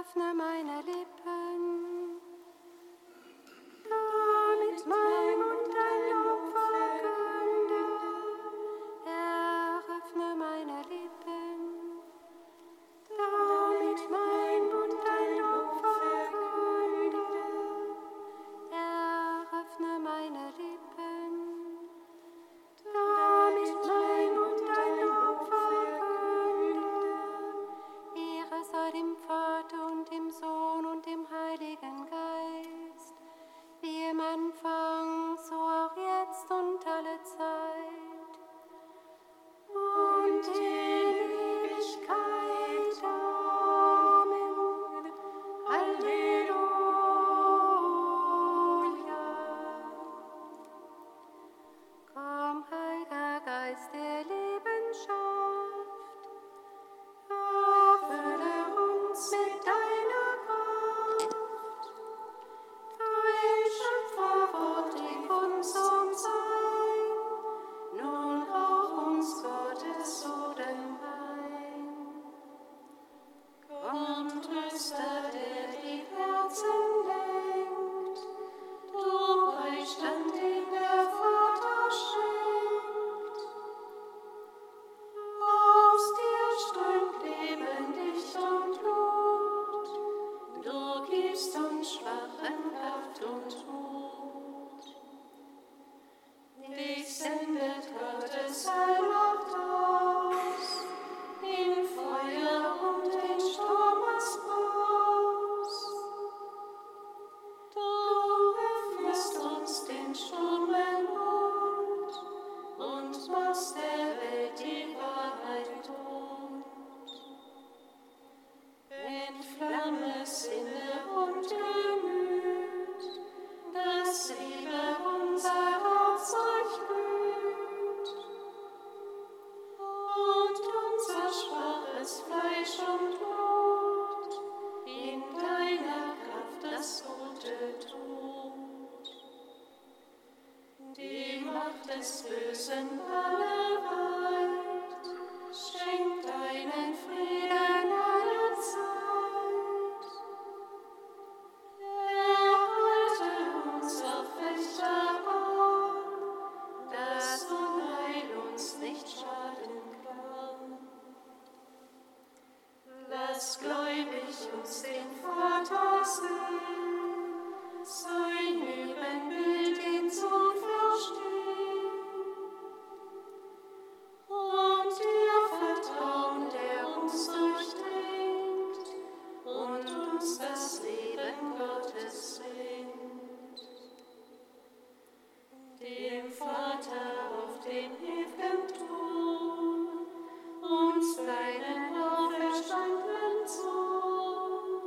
Öffne meine Lippen, damit mein Mund dein Lob verkünde. Eröffne meine Lippen, damit mein Mund dein Lob verkünde. Eröffne meine Lippen, damit mein Mund dein Lob verkünde. Ehre sei dem Vater und dem Sohn und dem Heiligen Geist, wie im Anfang, so auch jetzt und alle Zeit und in Ewigkeit. Amen. Halleluja. Komm, Heiliger Geist der Lebenschaft, erfülle uns mit deiner Kraft. Dein Schöpferwort rief uns zum Sein, nun auch uns Gottes Sohn ein. Komm, Tröster, der die Herzen lenkt, du Beistand, den der Vater schenkt. Aus dir strömt Leben, Licht und Blut, du gibst uns Schwachen Kraft und Mut. Dich sendet Gottes Allmacht aus, in Feuer und in Sturm aus. Du öffnest uns den Sturmen Mund und machst der Welt die Wahrheit kund. Entflamme Sinne und Gemüt, dass Liebe unser Herz durchglüht und unser schwaches Fleisch und Blut in deiner Kraft das Gute tut. Die Macht des Bösen alle weit, schenkt deinen Frieden alle Zeit. Erhalte uns auf fechter Bahn, dass Unheil uns nicht schaden kann. Lass gläubig uns den Vater sehen, sein Ebenbild ihn zu verstehen. Und dir vertrauen, der uns durchdringt und uns das Leben Gottes bringt. Dem Vater auf dem ewigen Thron, uns deinen auferstandenen Sohn,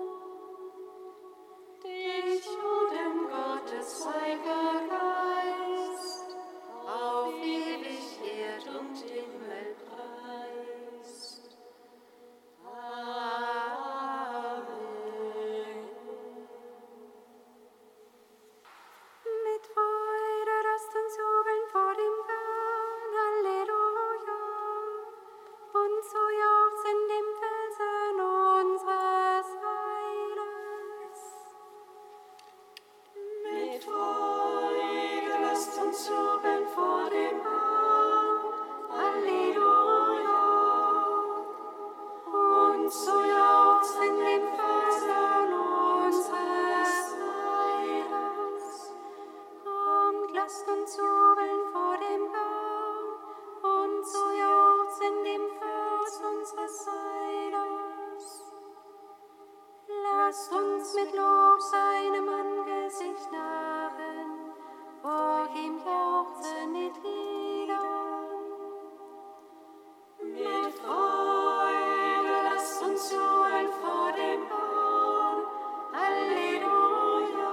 dich und Gottes Heiliger Geist, auf ewig Erd und Himmel preist. Amen. Mit Freude lasst uns jubeln vor dem Herrn, Halleluja, und so jauchzen dem Felsen unseres Heiles. Mit Freude lasst uns jubeln vor dem Herrn, Halleluja, und so jauchzen dem Felsen unseres Heiles. Kommt, lasst uns jubeln vor dem Herrn, und so jauchzen dem Fels unseres Heiles. Lasst uns mit Lob seinem Angesicht nahen, vor ihm jauchzen mit Liedern. Mit Freude lasst uns jubeln vor dem Herrn, Halleluja,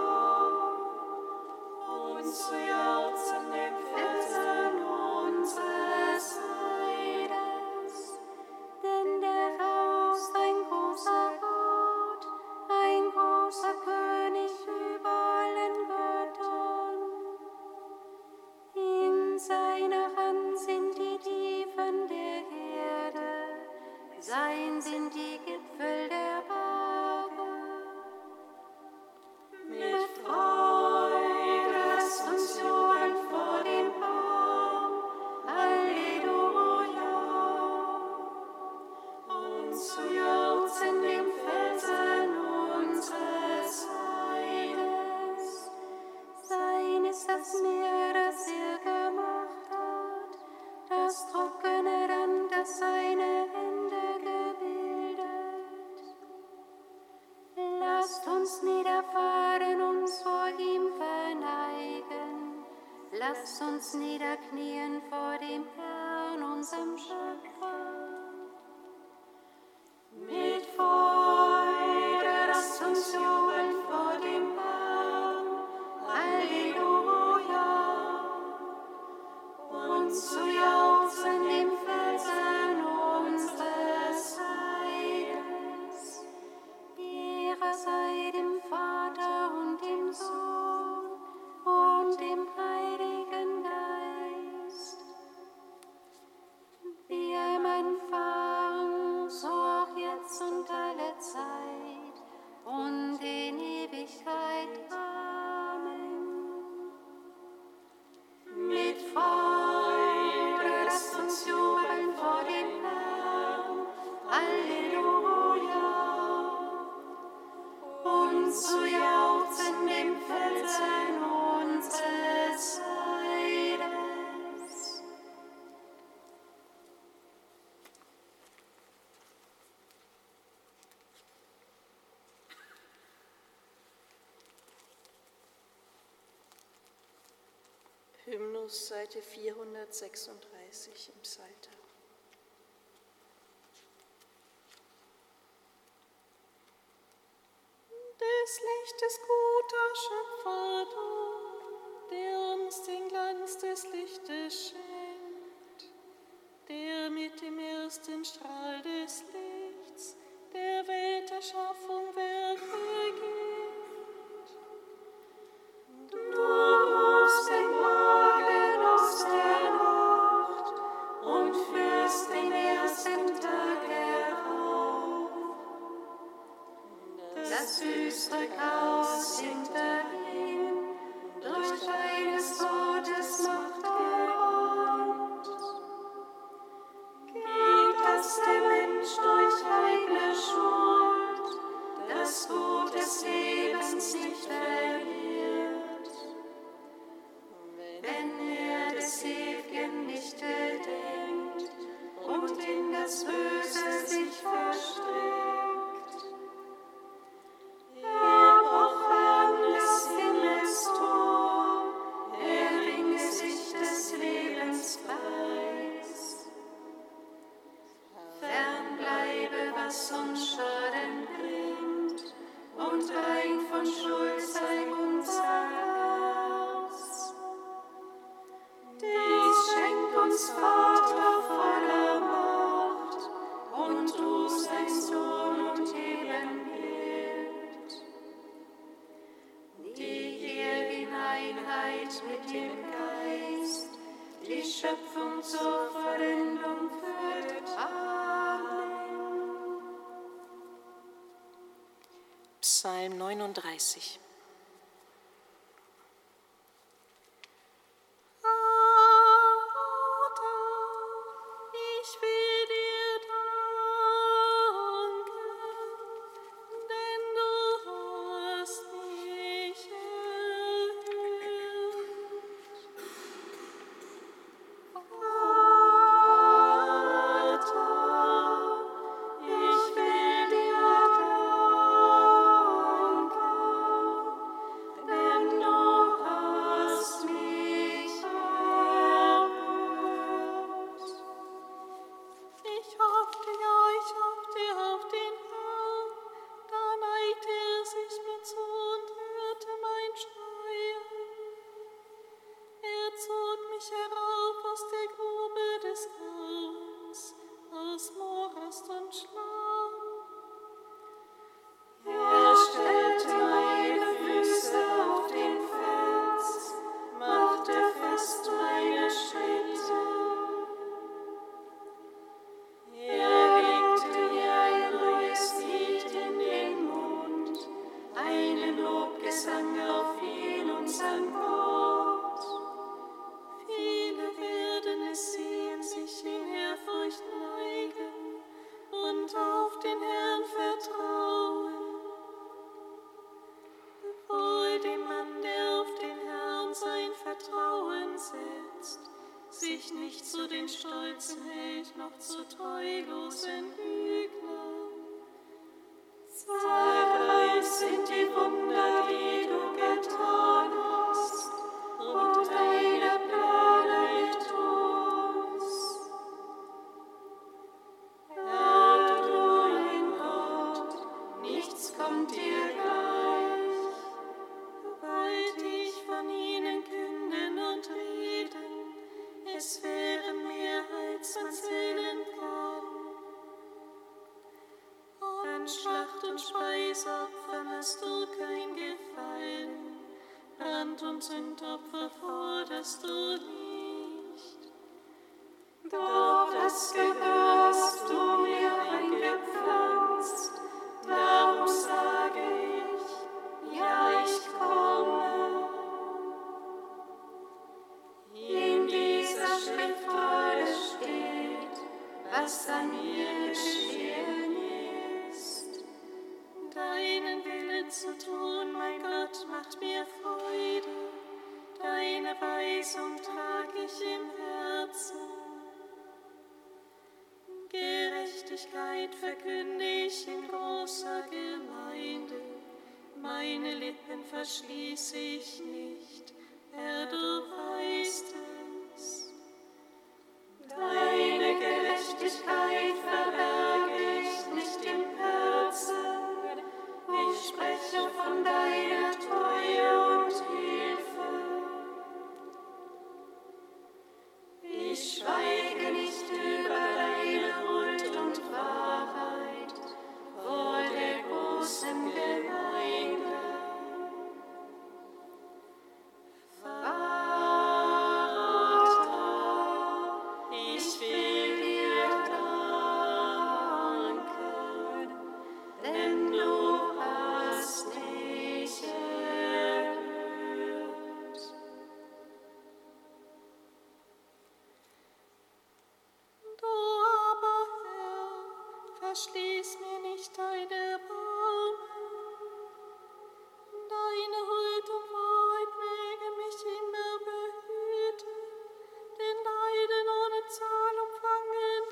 und so jauchzen dem Felsen unseres Heiles. Denn der Herr ist ein großer Gott, ein großer König über allen Göttern. In seiner Hand sind die Tiefen der Erde, sein sind die Gipfel der Berge. Lasst uns niederknien vor dem Herrn, unserem Schöpfer. Mit Freude lasst uns jubeln vor dem Herrn. Halleluja. Und zu jauchzen dem Felsen unseres Heils. Ehre sei dem Vater und dem Sohn und dem Heiligen Geist, wie im Anfang, so auch jetzt und alle Zeit und in Ewigkeit. Amen. Mit Freude lasst uns jubeln vor dem Herrn. Halleluja. Und zu jauchzen dem Felsen unseres Heiles. Hymnus, Seite 436 im Psalter. Des Lichtes guter Schöpfer, du, der uns den Glanz des Lichtes schenkt, der mit dem ersten Strahl des Lichts der Welterschaffung Werk beginnt. Du rufst den Morgen aus der Nacht und führst den ersten Tag herauf. Das düstere Chaos sinkt dahin, durch deines Wortes Macht gewandt. Gib, dass der Mensch durch eigene Schuld das Gut des Lebens nicht verliert. Wenn er des Ewigen nicht gedenkt und in das Böse sich verstrickt. Er brach an des Himmels Tor, er den Gesicht des Lebens preis. Fernbleibe, was uns Schaden bringt, und rein von Schuld sei unser Herz. Dies schenk uns, Vater, voller Macht, und du sein Sohn und Ebenbild. Die ewige Einheit mit dem Geist, die Schöpfung zur Vollendung führt. Amen. Psalm 39. Ich will dir danken, denn du hast mich erhört. Vater, ich will dir danken, denn du hast mich erhört. Ich hoffte auf den Herrn, da neigte er sich mir zu und hörte mein Schreien. Er zog mich herauf aus der Grube des Grauens, aus Morast und Schlamm. Er stellte meine Füße auf den Fels, machte fest meine Schritte. Er legte mir ein neues Lied in den Mund, einen Lobgesang auf ihn, unseren Gott. Viele werden es sehen, sich in Ehrfurcht neigen und auf den Herrn vertrauen. Wohl dem Mann, der auf den Herrn sein Vertrauen setzt, sich nicht zu den Stolzen hält, noch zu treulosen Lügnern. Zahlreich sind die Wunder, die du getan hast, und deine an Speisopfern hast du kein Gefallen, Brand- und Sündopfer forderst du nicht. Doch das Gehör hast du mir eingepflanzt, darum sage ich, ja, ich komme. In dieser Schriftrolle steht, was an mir geschehen ist. Deinen Willen zu tun, mein Gott, macht mir Freude. Deine Weisung trag ich im Herzen. Gerechtigkeit verkünde ich in großer Gemeinde. Meine Lippen verschließe ich nicht, Herr, du weißt es. Deine Gerechtigkeit verberge ich nicht im Herzen. Ich spreche von deiner Treue und Hilfe. Ich schweige nicht über deine Huld und Wahrheit vor der großen Gemeinde. Verschließ mir nicht deine Arme, deine Huld und Wahrheit mögen mich immer behüten, denn Leiden ohne Zahl umfangen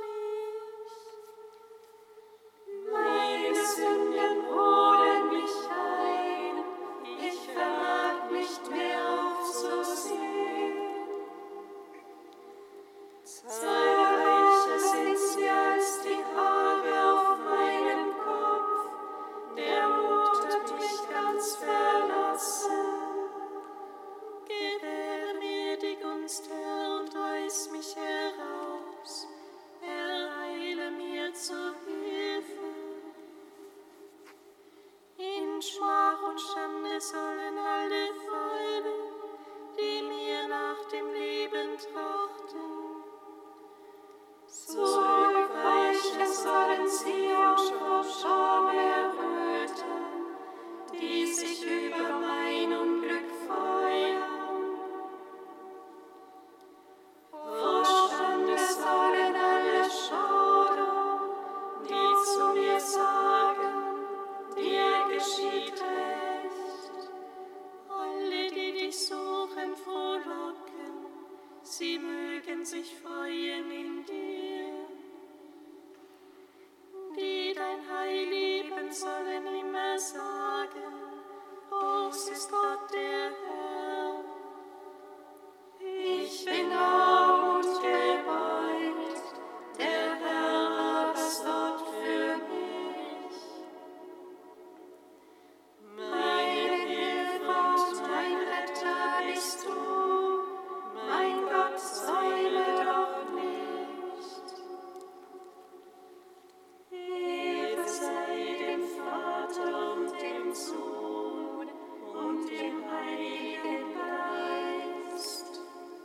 mich. Meine Sünden holen mich ein, ich vermag nicht mehr aufzusehen. Zahlreicher sind sie als die Haare auf meinem Kopf, der Mut hat mich ganz verlassen. Gewähre mir die Gunst, Herr, und reiß mich heraus, ereile mir zu Hilfe. In Schmach und Schande sollen alle fallen, die mir nach dem Leben trachten. Zurückweichen sollen sie und vor Scham erröten, die sich über mein Unglück freuen. Vor Schande sollen alle schaudern, die zu mir sagen, dir geschieht recht. Alle, die dich suchen, frohlocken, sie mögen sich freuen in dir. Die dein Heil lieben, sollen immer sagen, groß ist Gott der Herr. Ich bin arm und gebeugt, der Herr aber sorgt für mich. Meine Hilfe und mein Retter bist du, mein Gott, säume doch nicht. Ehre sei dem Vater und dem Sohn und dem Heiligen Geist.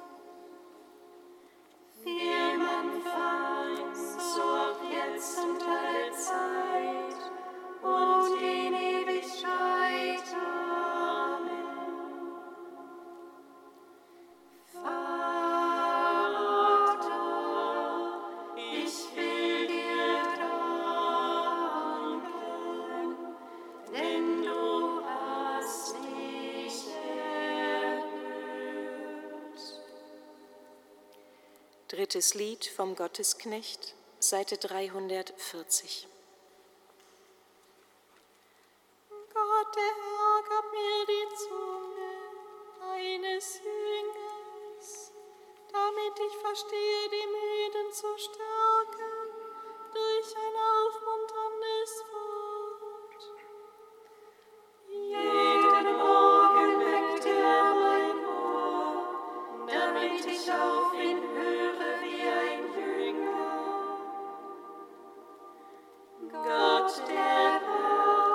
Wie am Anfang, so auch jetzt und alle Zeit und in Ewigkeit. Amen. Vater, ich will dir danken, denn du hast mich erhört. Drittes Lied vom Gottesknecht, Seite 340. Gott, der Herr, gab mir die Zunge deines Jüngers, damit ich verstehe, die Müden zu stärken durch ein aufmunterndes Wort. Jeden Morgen weckt er mein Ohr, damit ich auf ihn höre wie ein Jünger. Gott, der Herr,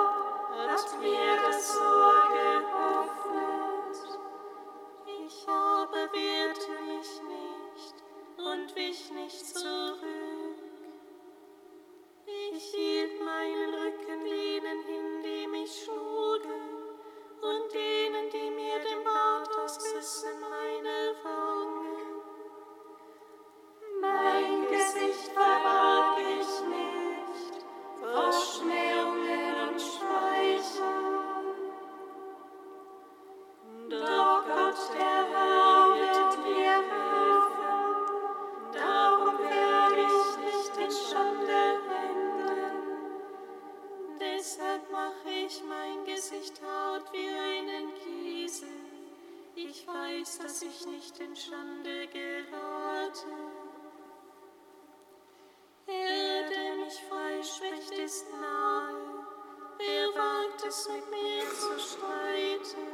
weiß, dass ich nicht in Schande gerate. Er, der mich freispricht, ist nahe. Wer wagt es, mit mir zu streiten?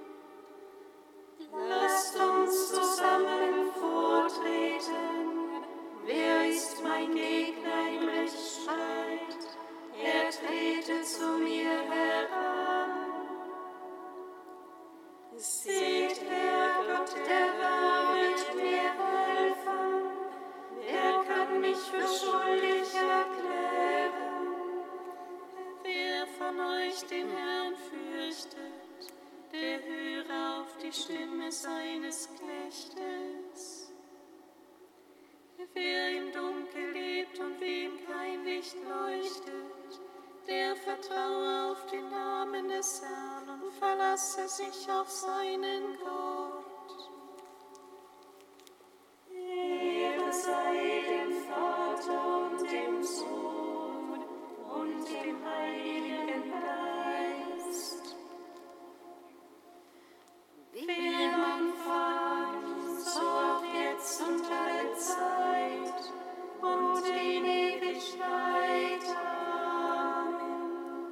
Lasst uns zusammen vortreten. Wer ist mein Gegner im Rechtsstreit? Er trete zu mir heran. Seht her, Gott, der Herr wird mir helfen. Wer kann mich für schuldig erklären? Wer von euch den Herrn fürchtet, der höre auf die Stimme seines Knechtes. Wer im Dunkel lebt und wem kein Licht leuchtet, der vertraue auf den Namen des Herrn und verlasse sich auf seinen Gott. Ehre sei dem Vater und dem Sohn und dem Heiligen Geist. Wie am Anfang, so auch jetzt und alle Zeit und in Ewigkeit. Amen.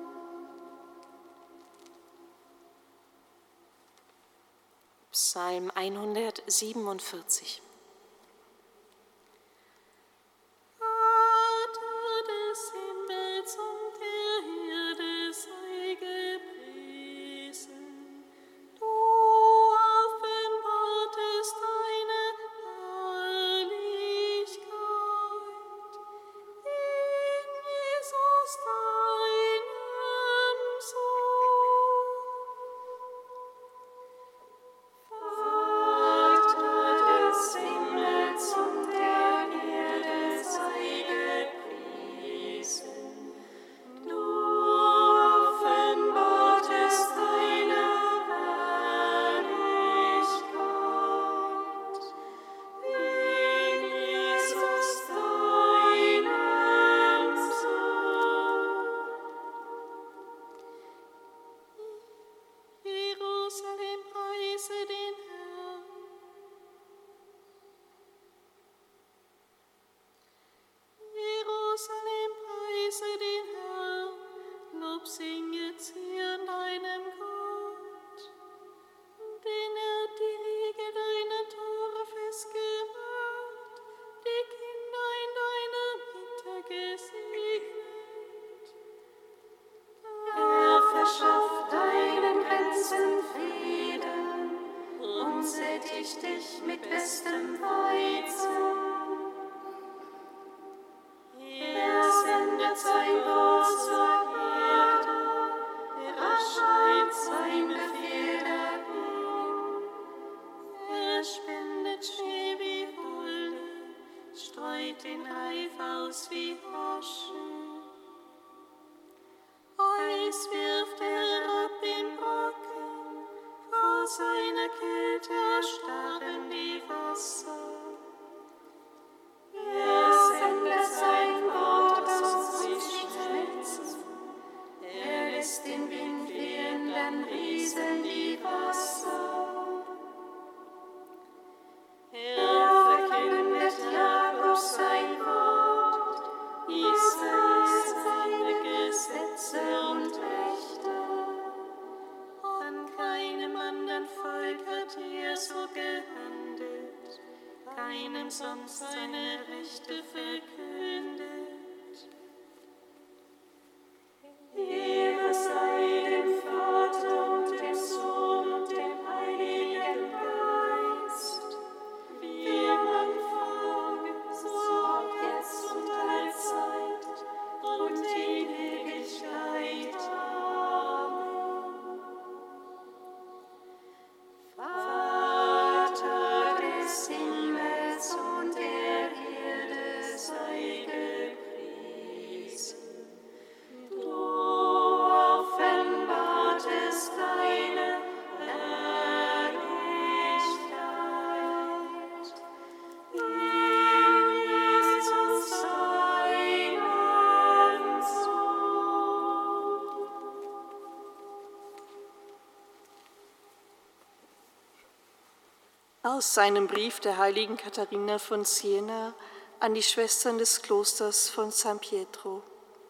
Psalm 147. Den Reif aus wie Asche. Eis wirft er herab in Brocken, vor seiner Kälte erstarren die Wasser. Er sendet sein Wort, das uns schmelzt. Er lässt den Wind wehen, dann rieseln die Wasser. Er verkündet Jakob sein Wort, Israel seine Gesetze und Rechte. An keinem anderen Volk hat er so gehandelt, keinem sonst seine Rechte verkündet. Ehre sei dem Vater und dem Sohn und dem Heiligen Geist, wie am Anfang, so auch jetzt und allezeit und in Ewigkeit. Amen. Vater des Himmels und der Erde, sei Aus seinem Brief der heiligen Katharina von Siena an die Schwestern des Klosters von San Pietro.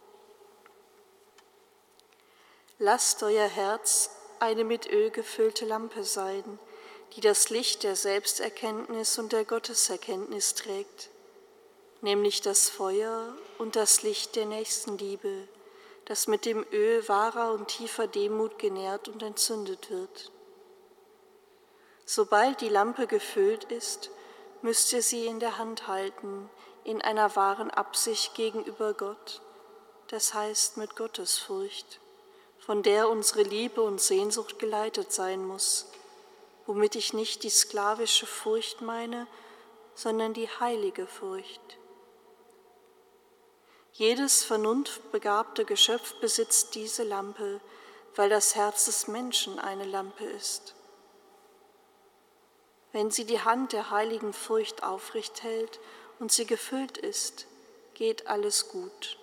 Lasst euer Herz eine mit Öl gefüllte Lampe sein, die das Licht der Selbsterkenntnis und der Gotteserkenntnis trägt, nämlich das Feuer und das Licht der Nächstenliebe, das mit dem Öl wahrer und tiefer Demut genährt und entzündet wird. Sobald die Lampe gefüllt ist, müsst ihr sie in der Hand halten, in einer wahren Absicht gegenüber Gott, das heißt mit Gottesfurcht, von der unsere Liebe und Sehnsucht geleitet sein muss, womit ich nicht die sklavische Furcht meine, sondern die heilige Furcht. Jedes vernunftbegabte Geschöpf besitzt diese Lampe, weil das Herz des Menschen eine Lampe ist. Wenn sie die Hand der heiligen Furcht aufrecht hält und sie gefüllt ist, geht alles gut.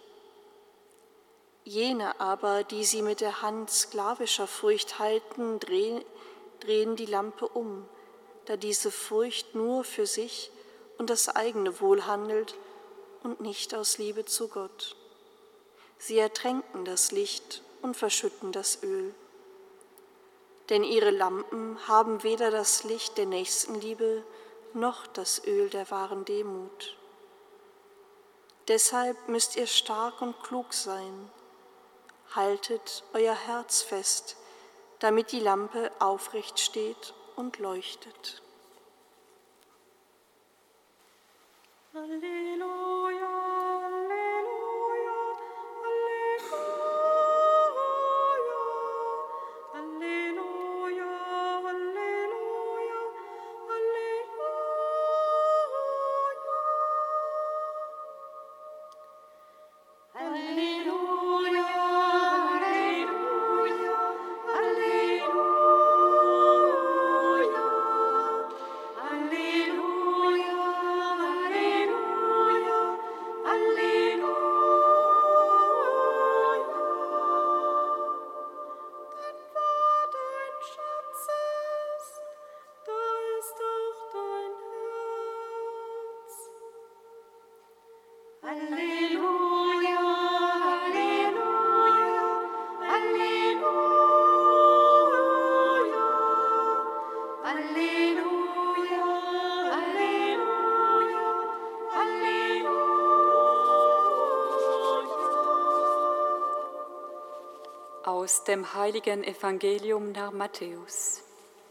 Jene aber, die sie mit der Hand sklavischer Furcht halten, drehen die Lampe um, da diese Furcht nur für sich und das eigene Wohl handelt und nicht aus Liebe zu Gott. Sie ertränken das Licht und verschütten das Öl. Denn ihre Lampen haben weder das Licht der Nächstenliebe noch das Öl der wahren Demut. Deshalb müsst ihr stark und klug sein. Haltet euer Herz fest, damit die Lampe aufrecht steht und leuchtet. Halleluja. Aus dem heiligen Evangelium nach Matthäus.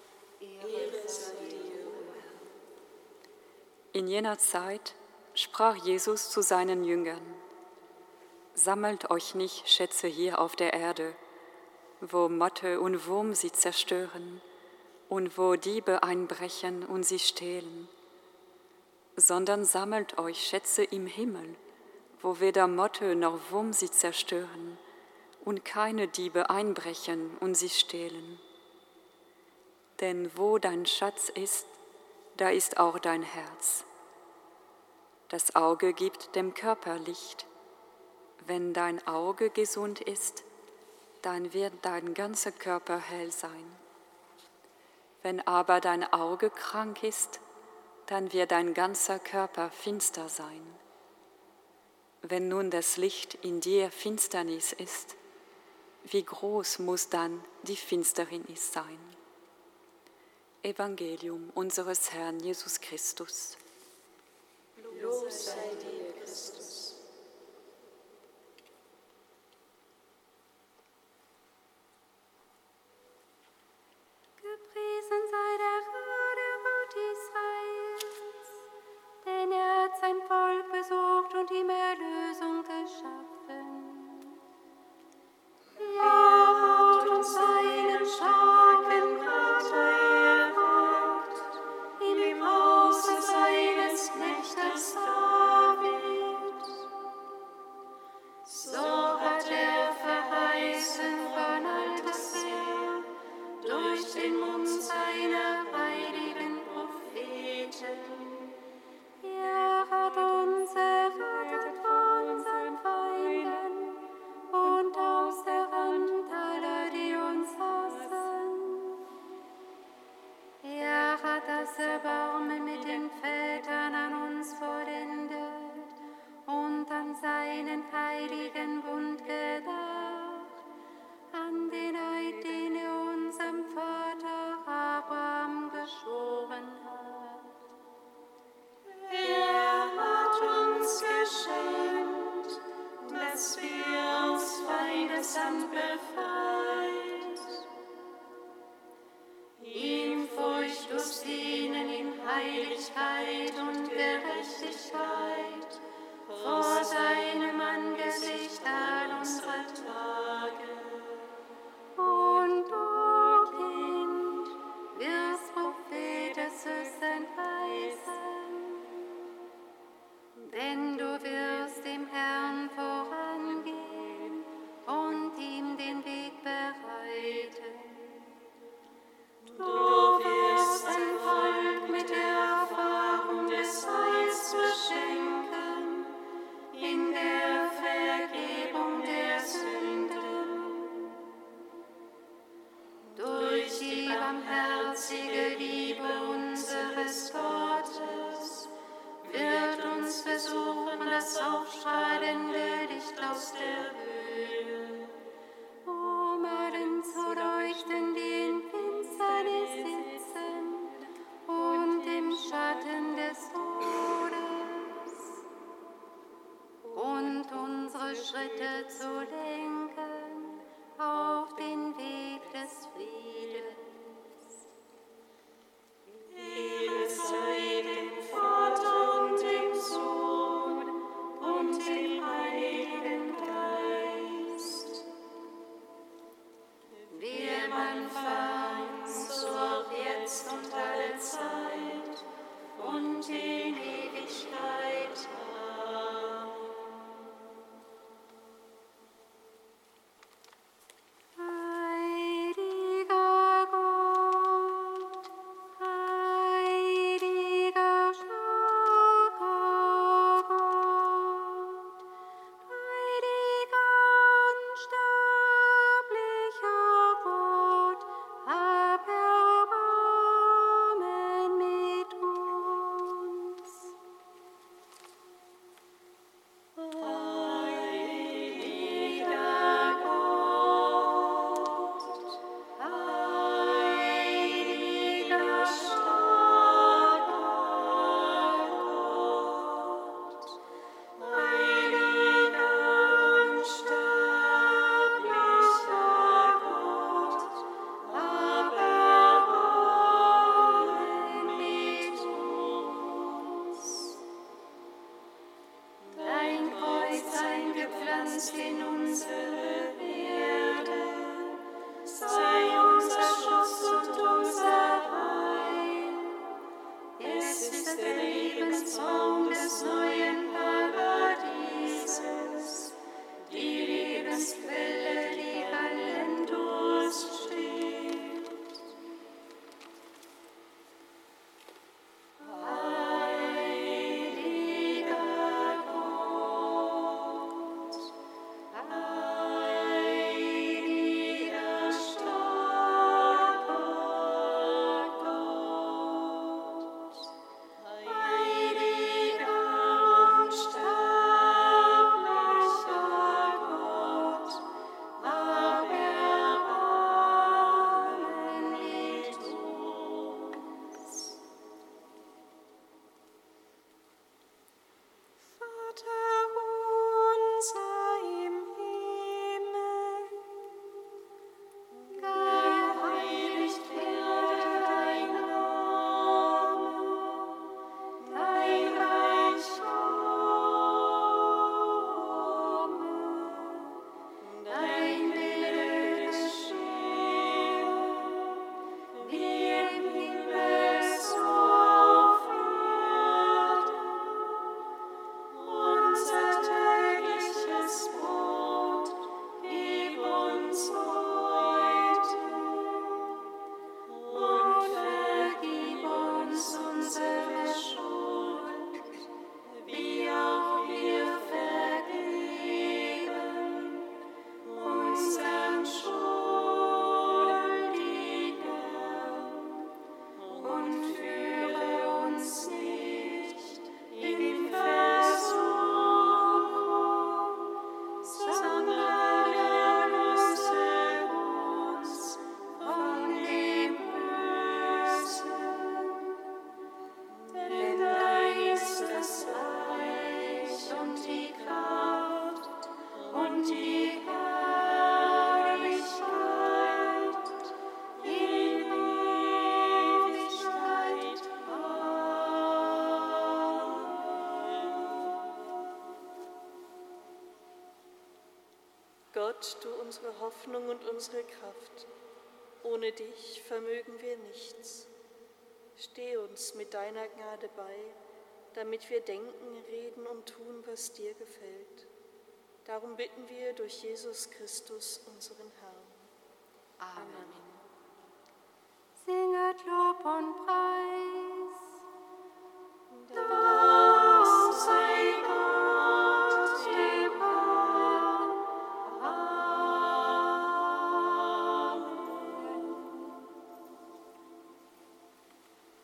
In jener Zeit sprach Jesus zu seinen Jüngern: Sammelt euch nicht Schätze hier auf der Erde, wo Motte und Wurm sie zerstören und wo Diebe einbrechen und sie stehlen, sondern sammelt euch Schätze im Himmel, wo weder Motte noch Wurm sie zerstören und keine Diebe einbrechen und sie stehlen. Denn wo dein Schatz ist, da ist auch dein Herz. Das Auge gibt dem Körper Licht. Wenn dein Auge gesund ist, dann wird dein ganzer Körper hell sein. Wenn aber dein Auge krank ist, dann wird dein ganzer Körper finster sein. Wenn nun das Licht in dir Finsternis ist, wie groß muss dann die Finsternis sein? Evangelium unseres Herrn Jesus Christus. Lob sei dir, Christus. Gepriesen sei der Herr, der Gott Israels, denn er hat sein Volk besucht und ihm Erlösung geschaffen. Er hat uns seinen starken Gott erweckt, im Hause seines Knechtes David. So hat er verheißen von alters her, durch den Mund seiner heiligen Propheten. Er hat uns errettet von unseren Feinden und aus der Hand aller, die uns hassen. Er hat das Erbarmen ewigen Bund gedacht, an den Eid, den er unserem Vater Abraham geschworen hat. Er hat uns geschenkt, dass wir aus Feindeshand befreit, ihm furchtlos dienen in Heiligkeit und Gerechtigkeit, vor seinem Angesicht all unsere Tage. Und du, Kind, wirst Prophet des Höchsten heißen, denn du wirst dem Herrn vorangehen und ihm den Weg bereiten. Du wirst ein Volk mit der Erfahrung des Heils beschenken, in der Vergebung der Sünden. Durch die barmherzige Liebe unseres Gottes wird uns versuchen das aufstrahlende Licht aus der Höhe, Um allen zu leuchten, die in Finsternis sitzen und im Schatten des Todes, und unsere Schritte zu lenken auf den Weg des Friedens. Ehre sei dem Vater und dem Sohn und dem Heiligen Geist, Wie am Anfang, so auch jetzt und alle Zeit und in Ewigkeit. Amen. Heiliger Gott, heiliger starker Gott, heiliger unsterblicher Gott, hab Erbarmen mit uns. Heiliger Gott, heiliger starker Gott, heiliger unsterblicher Gott, hab Erbarmen mit uns. Dein Kreuz eingepflanzt in unsere Erde, sei unser Schutz und unser Heil. Es ist der Lebensbaum des neuen Paradieses, die Lebensquelle, die allen Durst stillt. Heiliger Gott, heiliger Gott, du unsere Hoffnung und unsere Kraft. Ohne dich vermögen wir nichts. Steh uns mit deiner Gnade bei, damit wir denken, reden und tun, was dir gefällt. Darum bitten wir durch Jesus Christus, unseren Herrn. Singet Lob und Preis.